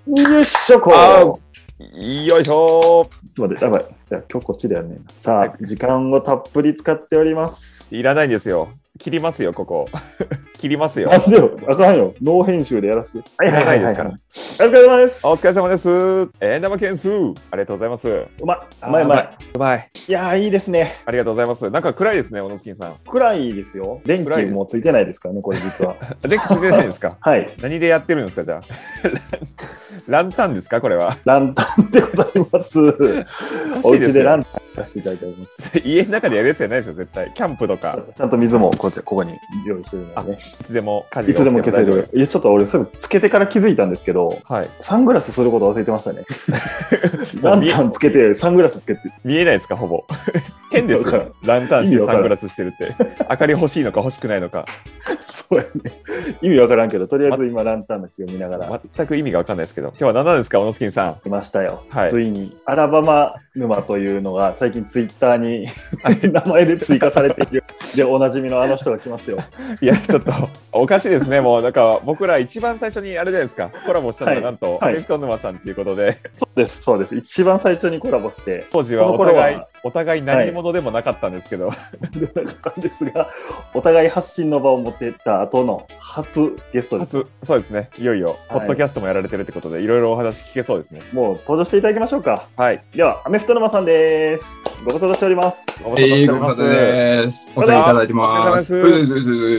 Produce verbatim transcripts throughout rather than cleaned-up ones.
よいしょこあーよいしょー。待って、やばい。じゃあ今日こっちだよね。さあ、時間をたっぷり使っております。 いらないんですよ。切りますよ、ここ。切りますよ。 なんでよ、あかんよ。ノー編集でやらせて。 はいはいはい、ですから。 お疲れ様です。 お疲れ様です。えん玉件数。ありがとうございます。うまい、うまい、うまい。 うまい。 いやー、いいですね。 ありがとうございます。なんか暗いですね、小野スキンさん。 暗いですよ。電気もついてないですからね、これ実は。 電気ついてないですかはい。 何でやってるんですか、じゃあ。ランタンですか、これは。 ランタンでございます。お家でランタン出していただいております。 家の中でやるやつじゃないですよ、絶対。キャンプとか。 ちゃんと水もこっちここに用意してるのでね。 いつでも火事いつでも消せる。いや、ちょっと俺すぐつけてから気づいたんですけど、 はい、 サングラスすること忘れてましたね。ランタンつけて、サングラスつけて。 見えないですか、ほぼ。変ですよ。ランタンしてサングラスしてるって。明かり欲しいのか欲しくないのか。 そうやね。意味わからんけど、とりあえず今ランタンの火を見ながら。 全く意味がわかんないですけど。今日は何なんですか、小野スキンさん。 来ましたよ。 はい、 ついに、アラバマ沼というのが最近ツイッターに名前で追加されている。で、おなじみのあの人が来ますよ。 いや、ちょっとおかしいですね。もう、なんか僕ら一番最初にあれじゃないですか。コラボしたのがなんと、アメフト沼さんということで。 そうです、そうです。一番最初にコラボして。 当時はお互い、お互い何者でもなかったんですけど。 でもなかったんですが、お互い発信の場を持っていった後の初ゲストです。 初、そうですね。いよいよ、ポッドキャストもやられてるってことで、いろいろお話聞けそうですね。 もう登場していただきましょうか。 はい。 では、アメフト沼さんです。ご無沙汰しております。 ご無沙汰です。お世話いただいてます。 お疲れ様です。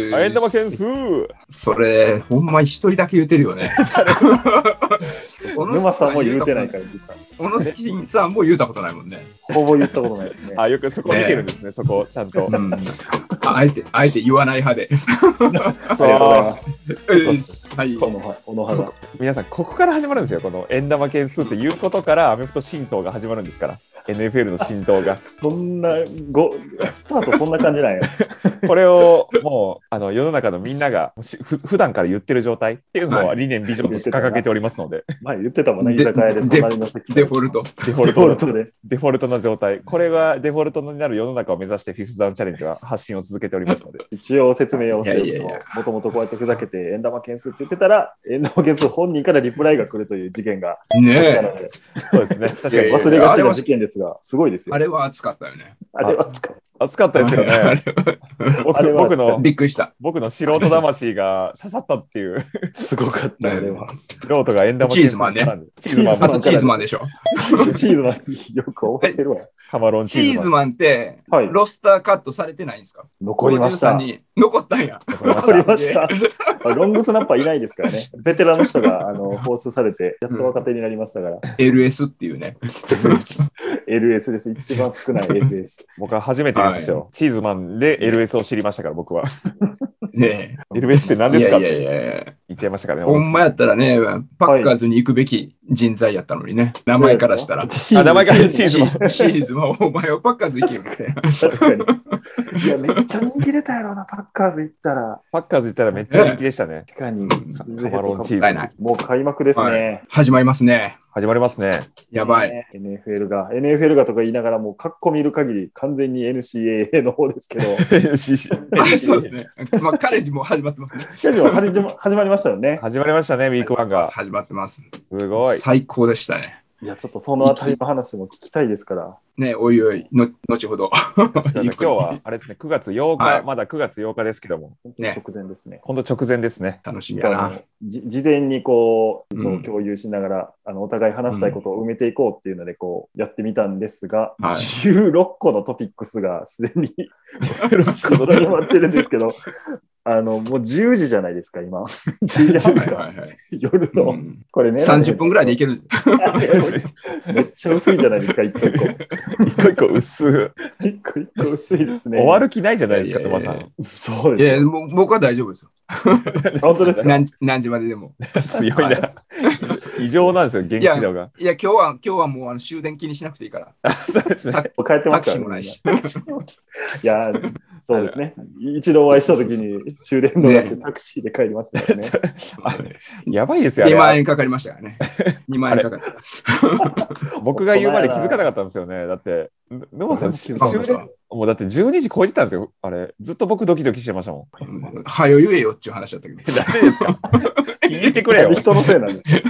あえん玉件数。 それ、ほんま一人だけ言うてるよね。 沼さんも言うてないから、実は。 小野スキンさんも言うたことないもんね。 ほぼ言ったことないですね。 あ、よくそこ見てるんですね、そこ、ちゃんと。 あえて、あえて言わない派で。 ありがとうございます。 はい。 小野肌。 皆さん、ここから始まるんですよ。この円玉件数っていうことから、アメフト浸透が始まるんですから。エヌエフエル の浸透が。 そんな、ご、スタートそんな感じなんや。 これをもう、あの、世の中のみんながふ普段から言ってる状態っていうのを理念、ビジョンとして掲げておりますので。 前言ってたもんね、居酒屋で隣の席デフォルト。 デフォルトで。デフォルトの状態。これがデフォルトになる世の中を目指してフィフスダウンチャレンジは発信を続けておりますので。 一応説明をしてると、もともとこうやってふざけて、円玉件数って言ってたら、円玉件数本人からリプライが来るという事件が。 ねえ。 そうですね。確かに忘れがちな事件ですが、すごいですよ。 あれは熱かったよね。 あれは熱かった。 熱かったですよね。僕, 僕のびっくりした僕の素人魂が刺さったっていう。 すごかった、あれは。 素人が円玉チーズマンね。 チーズマン。 あとチーズマンでしょ。 チーズマンよく覚えてるわ。 カマロンチーズマンって、ロスターカットされてないんですか？ 残りました。 残ったんや。 残りました。ロングスナッパーいないですからね。ベテランの人があの放出されて、やっと若手になりましたから。 エルエス っていうね。 エルエス です。一番少ない エルエス。 僕は初めて言うんですよ。チーズマンで エルエス を知りましたから、僕は。 ねえ。エルエス って何ですかっいやいやいやて言っちゃいましたからね。 ほんまやったらね、パッカーズに行くべき人材やったのにね。名前からしたら。あ、 名前からチーズマン。 チーズマン、お前はパッカーズ行けよみたいな。 確かに。いや、めっちゃ人気出たやろな、パッカーズ行ったら。 パッカーズ行ったらめっちゃ人気でしたね。 確かに。 カマロンチーズ。 もう開幕ですね。 始まりますね。 始まりますね。 やばい。 エヌエフエル が、エヌエフエル がとか言いながらもう、カッコ見る限り完全に エヌシーエーエー の方ですけど。 エヌシーエー。 あ、そうですね。まあ、カレッジも始まってますね。 カレッジも始まりましたよね。 始まりましたね、ウィークワンが。 始まってます。 すごい。 最高でしたね。 いや、ちょっとそのあたりの話も聞きたいですから。 ね、おいおい、の後ほど。 今日は、あれですね、くがつようか、はい、まだくがつようかですけども。 ね、直前ですね。 今度直前ですね。 楽しみやな。 事前にこう、うん、共有しながら、あの、お互い話したいことを埋めていこうっていうので、こう、やってみたんですが、はい、じゅうろっこのトピックスがすでに、このに待ってるんですけど、あの、もうじゅうじじゃないですか、今。じゅうじはんか。はいはいはい、夜の、うん、これね。 さんじゅっぷんぐらいでいける。 めっちゃ薄いじゃないですか、一個一個。 一個一個薄い。一個一個薄いですね。 終わる気ないじゃないですか、トマさん。 そうです。 いや、もう僕は大丈夫ですよ。 本当ですか？ 何, 何時まででも。 強いな。異常なんですよ、元気度が。 いや、いや今日は、今日はもうあの終電気にしなくていいから。 そうですね。 帰ってますから、ね、 タクシーもないし。 いや、そうですね。一度お会いしたときに終電逃してタクシーで帰りましたからね。 やばいですよね。にまん円かかりましたからね。にまん円かかった。 僕が言うまで気づかなかったんですよね。だって、沼さん、終電、もうだってじゅうにじ超えてたんですよ。あれ、ずっと僕ドキドキしてましたもん。 はよ言えよっていう話だったけど。 誰ですか？気にしてくれよ。 人のせいなんですよ。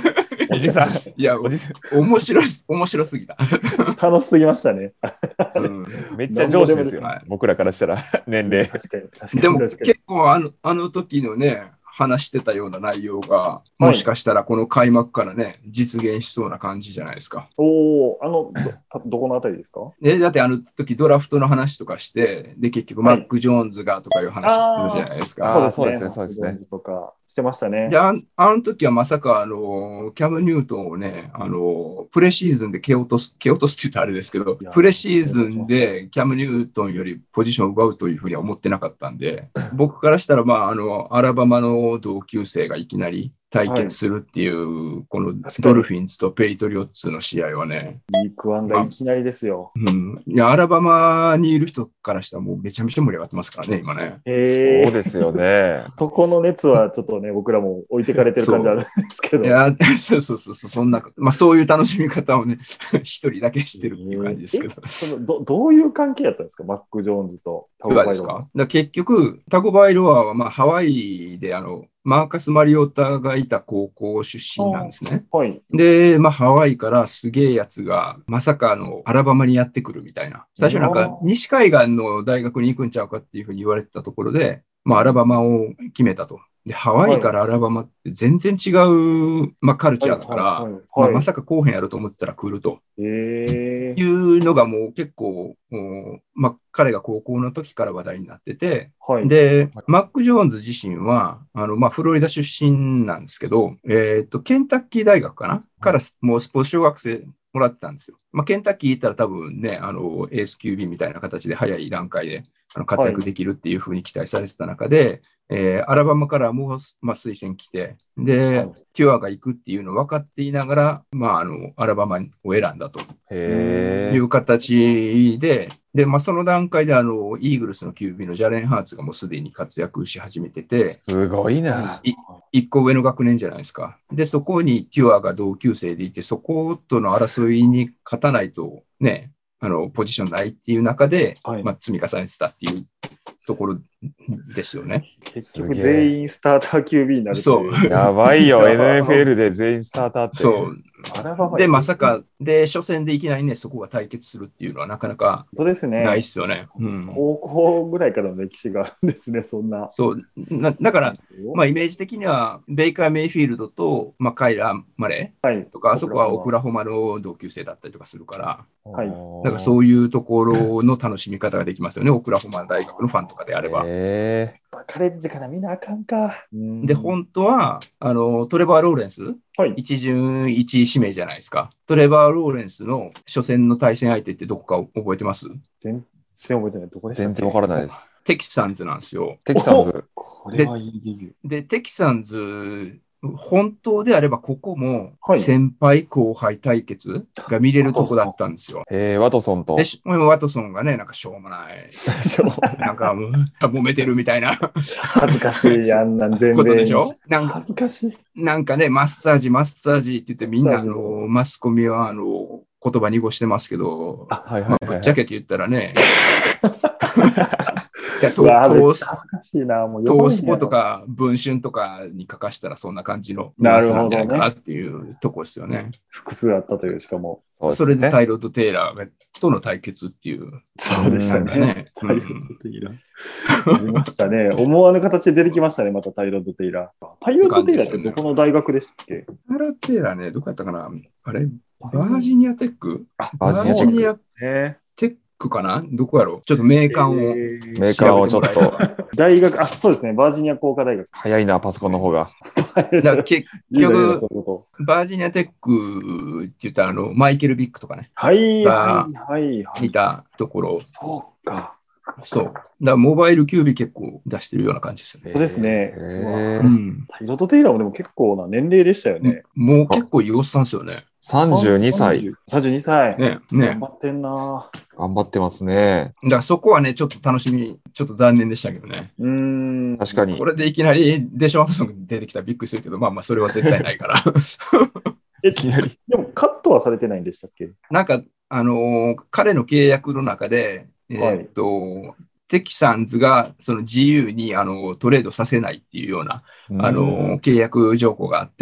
おじさん。 いや、 おじさ面白い、面白すぎた。 楽しすぎましたね。 うんん。めっちゃ上司ですよはい。 僕らからしたら、年齢。 確かに、確かに。 でも確かに結構あの、あの時のね、話してたような内容が、もしかしたらこの開幕からね、実現しそうな感じじゃないですか。 おお、あの、ど、たどこのあたりですか？ え、だってあの時ドラフトの話とかして、で、結局マック・ジョーンズがとかいう話してるじゃないですか。 あーそうですね。 そうですねそうですねとかしてましたね。 で、あんあの時はまさか、あの、キャム・ニュートンをね、あの、プレシーズンで蹴落とす、蹴落とすって言ったらあれですけどいや、 プレシーズンでキャム・ニュートンよりポジションを奪うというふうには思ってなかったんで、僕からしたら、まあ、あの、アラバマの同級生がいきなり対決するっていう、このドルフィンズとペイトリオッツの試合はね、 リークワンがいきなりですよ。 うん、いや、アラバマにいる人からしたらもうめちゃめちゃ盛り上がってますからね、今ね。 へえ。 そうですよね。 そこの熱はちょっとね、僕らも置いてかれてる感じあるんですけど。 いや、そうそうそうそう、そんな、まあそういう楽しみ方をね、一人だけしてるっていう感じですけど。 えそのどどういう関係やったんですか、マック・ジョーンズとタいかがですか？だから結局、タゴバイロアはまあハワイであの、マーカス・マリオッタがいた高校出身なんですね。 はい。 で、まあハワイからすげえやつが、まさかあの、アラバマにやってくるみたいな。最初なんか、西海岸の大学に行くんちゃうかっていうふうに言われてたところで、まあアラバマを決めたと。で、ハワイからアラバマって全然違う、まあ、カルチャーだから、 はいはいはいまあ、まさか後編やると思ってたら来るとへえ。 いうのがもう結構、もうまあ、彼が高校の時から話題になってて、 はい。 で、マック・ジョーンズ自身は、あの、まあ、フロリダ出身なんですけど、えっと、ケンタッキー大学かなからもうスポーツ小学生もらってたんですよ。まあ、ケンタッキー行ったら多分ね、あの、エース キュービー みたいな形で早い段階であの活躍できるっていうふうに期待されてた中で、はい、えー、アラバマからもう、まあ、推薦来て、で、はい、テュアが行くっていうのを分かっていながら、まあ、あの、アラバマを選んだという形で、で、まあ、その段階で、あの、イーグルスのキュービーのジャレン・ハーツがもうすでに活躍し始めてて、 すごいな。 い一個上の学年じゃないですか。で、そこにテュアが同級生でいて、そことの争いに勝たないと、ね、あの、ポジションないっていう中で、はい、まあ、積み重ねてたっていうところですよね。 結局全員スターター キュービー になる。 そう。 やばいよ、エヌエフエル で全員スターターって。 そう。で、まさか、で、初戦でいきなりね、そこが対決するっていうのはなかなかないっすよね。 うん、高校ぐらいからの歴史があるんですね、そんな。 そう。なだから、まあ、イメージ的には、ベイカー・メイフィールドと、まあ、カイラー・マレーとか、はい、あそこはオクラホマの同級生だったりとかするから、はい。だからそういうところの楽しみ方ができますよね、オクラホマ大学のファンとかであれば。 へー。カレッジから見なあかんか。 で、本当は、あの、トレバー・ローレンス、はい、一巡一位指名じゃないですか。トレバー・ローレンスの初戦の対戦相手ってどこか覚えてます？ 全然覚えてない。どこでしたっけ？ 全然わからないです。 テキサンズなんですよ。 テキサンズ。 これはいいデビュー。 で、テキサンズ、本当であればここも先輩後輩対決が見れるとこだったんですよ。 へえ、ワトソンと。 で、ワトソンがね、なんかしょうもない。なんか揉めてるみたいな。 恥ずかしい、あんなん全然。 ことでしょ？ なんか恥ずかしい。 なんかね、マッサージ、マッサージって言ってみんなあのマスコミはあの言葉濁してますけど、 あ、はいはいはいはい、 まあ、ぶっちゃけて言ったらね、トースポとか文春とかに書かしたらそんな感じのニュアンスなんじゃないかなっていうとこですよね。 複数あったという、しかも。 そ, それでタイロッド・テイラーとの対決っていう。 そうでしたね。ねタイロッド・テイラー。ありましたね。思わぬ形で出てきましたね、またタイロッド・テイラー。タイロッド・テイラーってどこの大学でしたっけ？ タイロッド・テイラーね、どこやったかな？あれバージニアテック？ バージニアテックかな？どこやろう？ちょっとメーカーを、 えー、メーカーをちょっと。 大学、あ、そうですね。バージニア工科大学。 早いな、パソコンの方が。 だ結局、バージニアテックって言ったら、あの、マイケル・ビックとかね。 はい、はい、はい。 いたところ。 そうか。 そう。だからモバイルキュービー結構出してるような感じですよね。 そうですね。 うん。 タイロッド・テイラーもでも結構な年齢でしたよね。 もう結構いいおっさんですよね。 さんじゅうにさい。 さんじゅうにさい。 ね。ね。 頑張ってんな。 頑張ってますね。 だからそこはね、ちょっと楽しみ、ちょっと残念でしたけどね。 うーん。 確かに。 これでいきなりデション・ワトソンが出てきたらびっくりするけど、まあまあそれは絶対ないから。 いきなり。でもカットはされてないんでしたっけ？ なんか、あのー、彼の契約の中で、えー、っと、はい、テキサンズがその自由にあのトレードさせないっていうような、あのー、契約条項があって、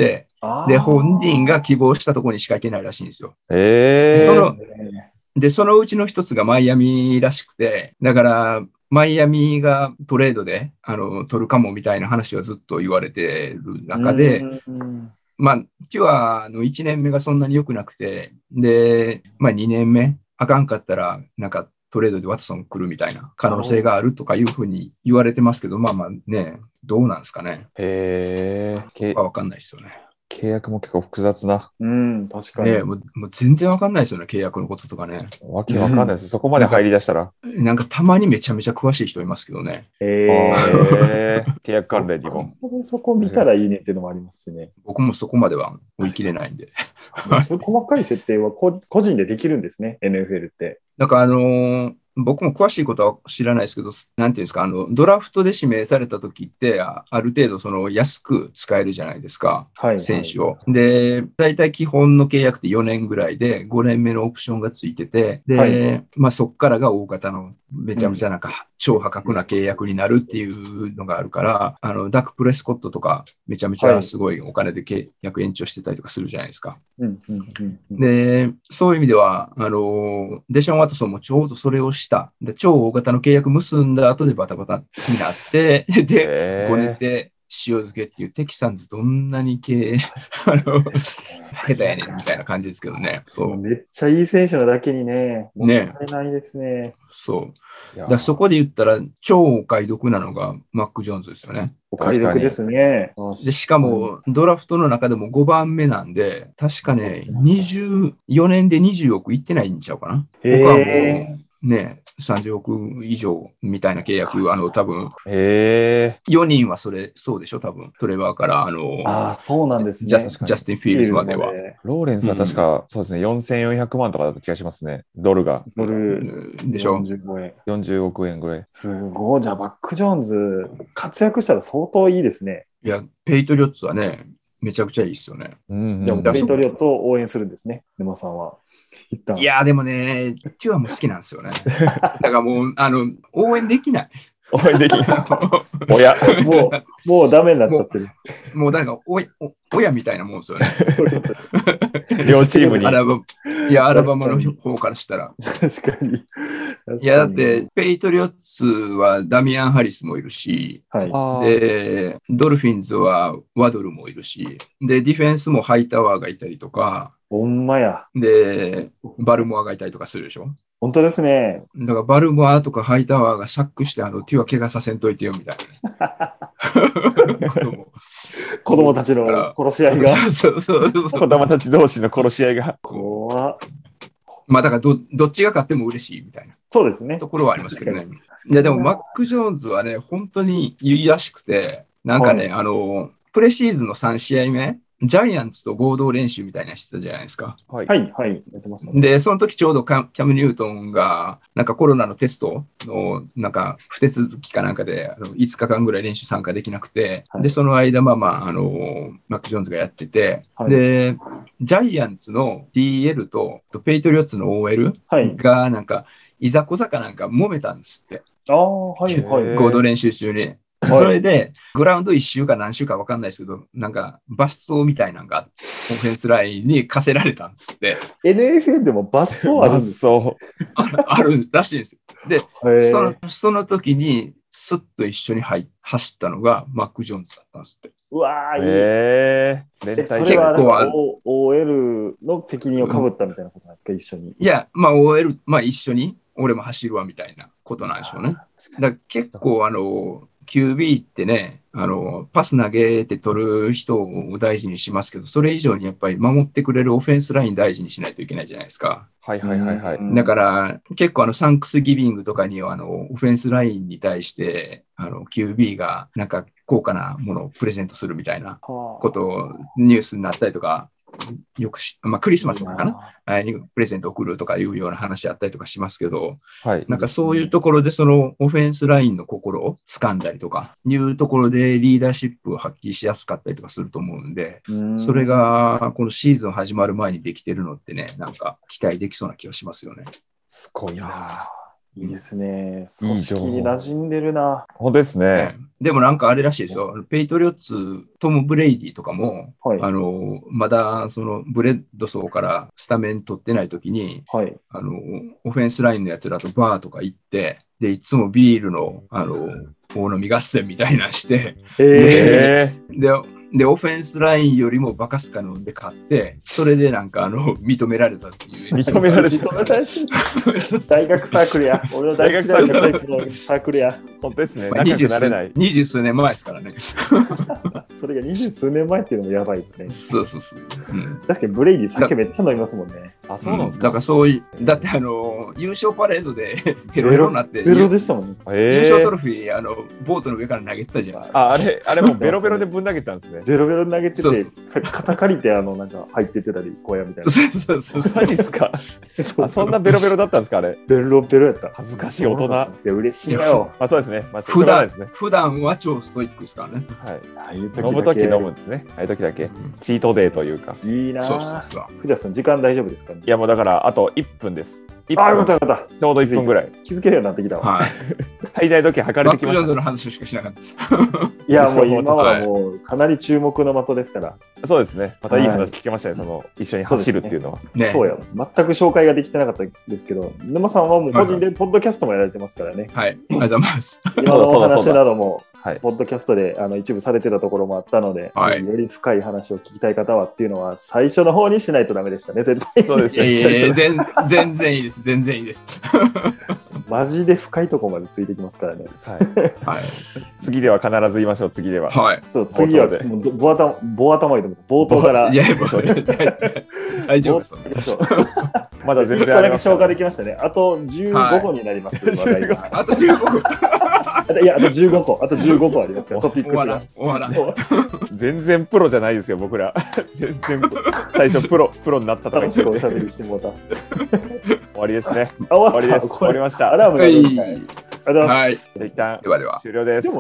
で、本人が希望したところにしか行けないらしいんですよ。 えー、 そので、そのうちの一つがマイアミらしくて、だから、マイアミがトレードで、あの、取るかもみたいな話はずっと言われてる中で、まあ、キュアのいちねんめがそんなに良くなくて、で、まあにねんめ、あかんかったら、なんかトレードでワトソン来るみたいな可能性があるとかいうふうに言われてますけど、まあまあね、どうなんですかね。 へえ。 わかんないですよね。 契約も結構複雑な。 うん、確かに。 ねもう、もう全然わかんないですよね、契約のこととかね。 わけわかんないです。そこまで入り出したら。 なんかたまにめちゃめちゃ詳しい人いますけどね。 へえー、契約関連にも。 そこ見たらいいねっていうのもありますしね。 僕もそこまでは追い切れないんで。 そういう細かい設定は個人でできるんですね、エヌエフエルって。 なんかあのー僕も詳しいことは知らないですけど、なんていうんですか、あの、ドラフトで指名された時って、ある程度その安く使えるじゃないですか、はい、選手を。で、大体基本の契約ってよねんぐらいで、ごねんめのオプションがついてて、で、はい、まあそっからが大型のめちゃめちゃなんか超破格な契約になるっていうのがあるから、あの、ダック・プレスコットとかめちゃめちゃすごいお金で契約延長してたりとかするじゃないですか。で、そういう意味では、あの、デション・ワトソンもちょうどそれをしてしたで超大型の契約結んだ後でバタバタになって、で、ごねんで塩漬けっていうテキサンズどんなに経営、あの、下手やねんみたいな感じですけどね。そう。 めっちゃいい選手なだけにね、もったいないですね。 ねそう。だからそこで言ったら超お買い得なのがマック・ジョーンズですよね。 お買い得ですね。 で、しかもドラフトの中でもごばんめなんで、確かね、にじゅうよねんでにじゅうおくいってないんちゃうかな。僕はもう、ね、さんじゅうおく以上みたいな契約、あの、多分、 へよにんはそれ、そうでしょ、多分、トレバーから、あの、 あそうなんですね。 ジャス、ジャスティン・フィールズまでは。 ローレンスは確か、うん、そうですね、よんせんよんひゃくまんとかだった気がしますね、ドルが。 ドルでしょ。 よんじゅうごえん。 よんじゅうおくえんぐらい。 すごい、じゃあ、バック・ジョーンズ、活躍したら相当いいですね。 いや、ペイトリオッツはね、めちゃくちゃいいですよね。 うんうん、じゃあ、ペイトリオッツを応援するんですね、沼さんは。 いやーでもね、キュアも好きなんですよね。だからもう、あの、応援できない。 応援できない。親。 もう、もうダメになっちゃってる。 もう、もうなんかおお、親みたいなもんですよね。 両チームに。 アラバいや、アラバマの方からしたら。 確かに。 いや、だって、ペイトリオッツはダミアン・ハリスもいるし、はい、で、ドルフィンズはワドルもいるし、で、ディフェンスもハイタワーがいたりとか、 ほんまや。 で、バルモアがいたりとかするでしょ。 本当ですね。 だからバルモアとかハイタワーがサックして、あの、手は怪我させんといてよ、みたいな。 子供子供たちの殺し合いが。 そうそうそうそう。 子供たち同士の殺し合いが。 怖っ。 まあだからど、どっちが勝っても嬉しいみたいな。 そうですね。 ところはありますけどね。いや、でもマック・ジョーンズはね、本当にいいらしくて、なんかね、はい、あの、プレシーズンのさん試合目、ジャイアンツと合同練習みたいなのしてたじゃないですか。 はい、はい、はい。やってましたね。 で、その時ちょうどキャム・ニュートンが、なんかコロナのテストの、なんか不手続きかなんかで、あのいつかかんぐらい練習参加できなくて、はい、で、その間、まあまあ、あの、マック・ジョーンズがやってて、はい、で、ジャイアンツの ディーエル と、ペイトリオッツの オーエル が、なんか、いざこざかなんか揉めたんですって。 ああ、はいはい。 合同練習中に。それで、グラウンド一周か何周か分かんないですけど、なんか、罰走みたいなのが、オフェンスラインに課せられたんですって。 エヌエフエル でも罰走あるんですか？ あ, あるらしいんですよ。で、その、その時に、スッと一緒に入走ったのが、マック・ジョーンズだったんですって。 うわー、いい。 えー、連帯それは オーエル の責任をかぶったみたいなことなんですか、一緒に。 いや、まあ オーエル、まあ一緒に、俺も走るわみたいなことなんでしょうね。だから結構あの、キュービー ってね、あの、パス投げて取る人を大事にしますけど、それ以上にやっぱり守ってくれるオフェンスライン大事にしないといけないじゃないですか。 はいはいはいはい。 だから、結構あの、サンクスギビングとかには、あの、オフェンスラインに対して、あの、キュービー がなんか高価なものをプレゼントするみたいなことをニュースになったりとか、よくし、まあ、クリスマスとかかなにプレゼント送るとかいうような話あったりとかしますけど、はい、なんかそういうところでそのオフェンスラインの心を掴んだりとかいうところでリーダーシップを発揮しやすかったりとかすると思うんで、うんそれがこのシーズン始まる前にできてるのってね、なんか期待できそうな気がしますよね。 すごいな。 いいですね。組織に馴染んでるな。 本当ですね。 でもなんかあれらしいですよ。ペイトリオッツ、トム・ブレイディとかも、はい、あの、まだそのブレッドソーからスタメン取ってない時に、はい、あの、オフェンスラインのやつらとバーとか行って、で、いつもビールの、あの、大飲み合戦みたいなして、えー、で、で、オフェンスラインよりもバカスカ飲んで買って、それでなんかあの、認められたっていう。 認められた。 大学サークルや。俺の大学サークルのサークルや。 本当ですね。仲良くなれない。 二十数年前ですからね。 それが二十数年前っていうのもやばいですね。 そうそうそう。 うん、確かにブレイディ酒めっちゃ飲みますもんね。 あ、そうなんですか。 だからそういう、だってあの、優勝パレードでヘロヘロになって、 ベロでしたもんね。 優勝トロフィー、あの、ボートの上から投げてたじゃないですか。 あ、あれ、あれもベロベロでぶん投げたんですね。 ベロベロ投げてて、肩借りて、あの、なんか入っててたり、小屋みたいな。 そうそうそう。 マジっすか。あ、そんなベロベロだったんですか、あれ。 ベロベロやった。 恥ずかしい大人。いや、嬉しいなよ。 まあそうですね。まあ、 普段、普段は超ストイックですからね。 はい。ああいう時飲む時飲むんですね。ああいう時だけ。チートデーというか。 いいなぁ。 そうそうそう。 藤田さん、時間大丈夫ですかね。 いや、もうだから、あといっぷんです。 あ、よかったよかった。 ちょうどいっぷんぐらい。 気づけるようになってきたわ。 はい。 最大時計測れてきました。 バックジョンズの話しかしなかったです。 いや、もう今はもうかなり注目の的ですから。 そうですね。またいい話聞けましたね。その、一緒に走るっていうのは。 そうや。全く紹介ができてなかったですけど、沼さんはもう個人でポッドキャストもやられてますからね。 はい。ありがとうございます。 今のお話なども、ポッドキャストであの一部されてたところもあったので、はい、より深い話を聞きたい方はっていうのは最初の方にしないとダメでしたね、絶対。 そうですね。 いやいや全全然いいです、全然いいです。 マジで深いところまでついてきますからね。 はい。はい、次では必ず言いましょう、次では。 はい。 そう、次はもうボア頭、ボア頭いいと思う。冒頭から。 いや、大丈夫です。 まだ全然あります。 消化できましたね。あとじゅうごこになります。 あとじゅうごこ。 いや、あとじゅうごこ、あとじゅうごこありますから、トピックスが。 全然プロじゃないですよ、僕ら。全然、最初プロ、プロになったとか言って。 おしゃべりしてもうた。 終わりですね。終わりです。終わりました。 アラームが鳴る。 はい。 一旦終了です。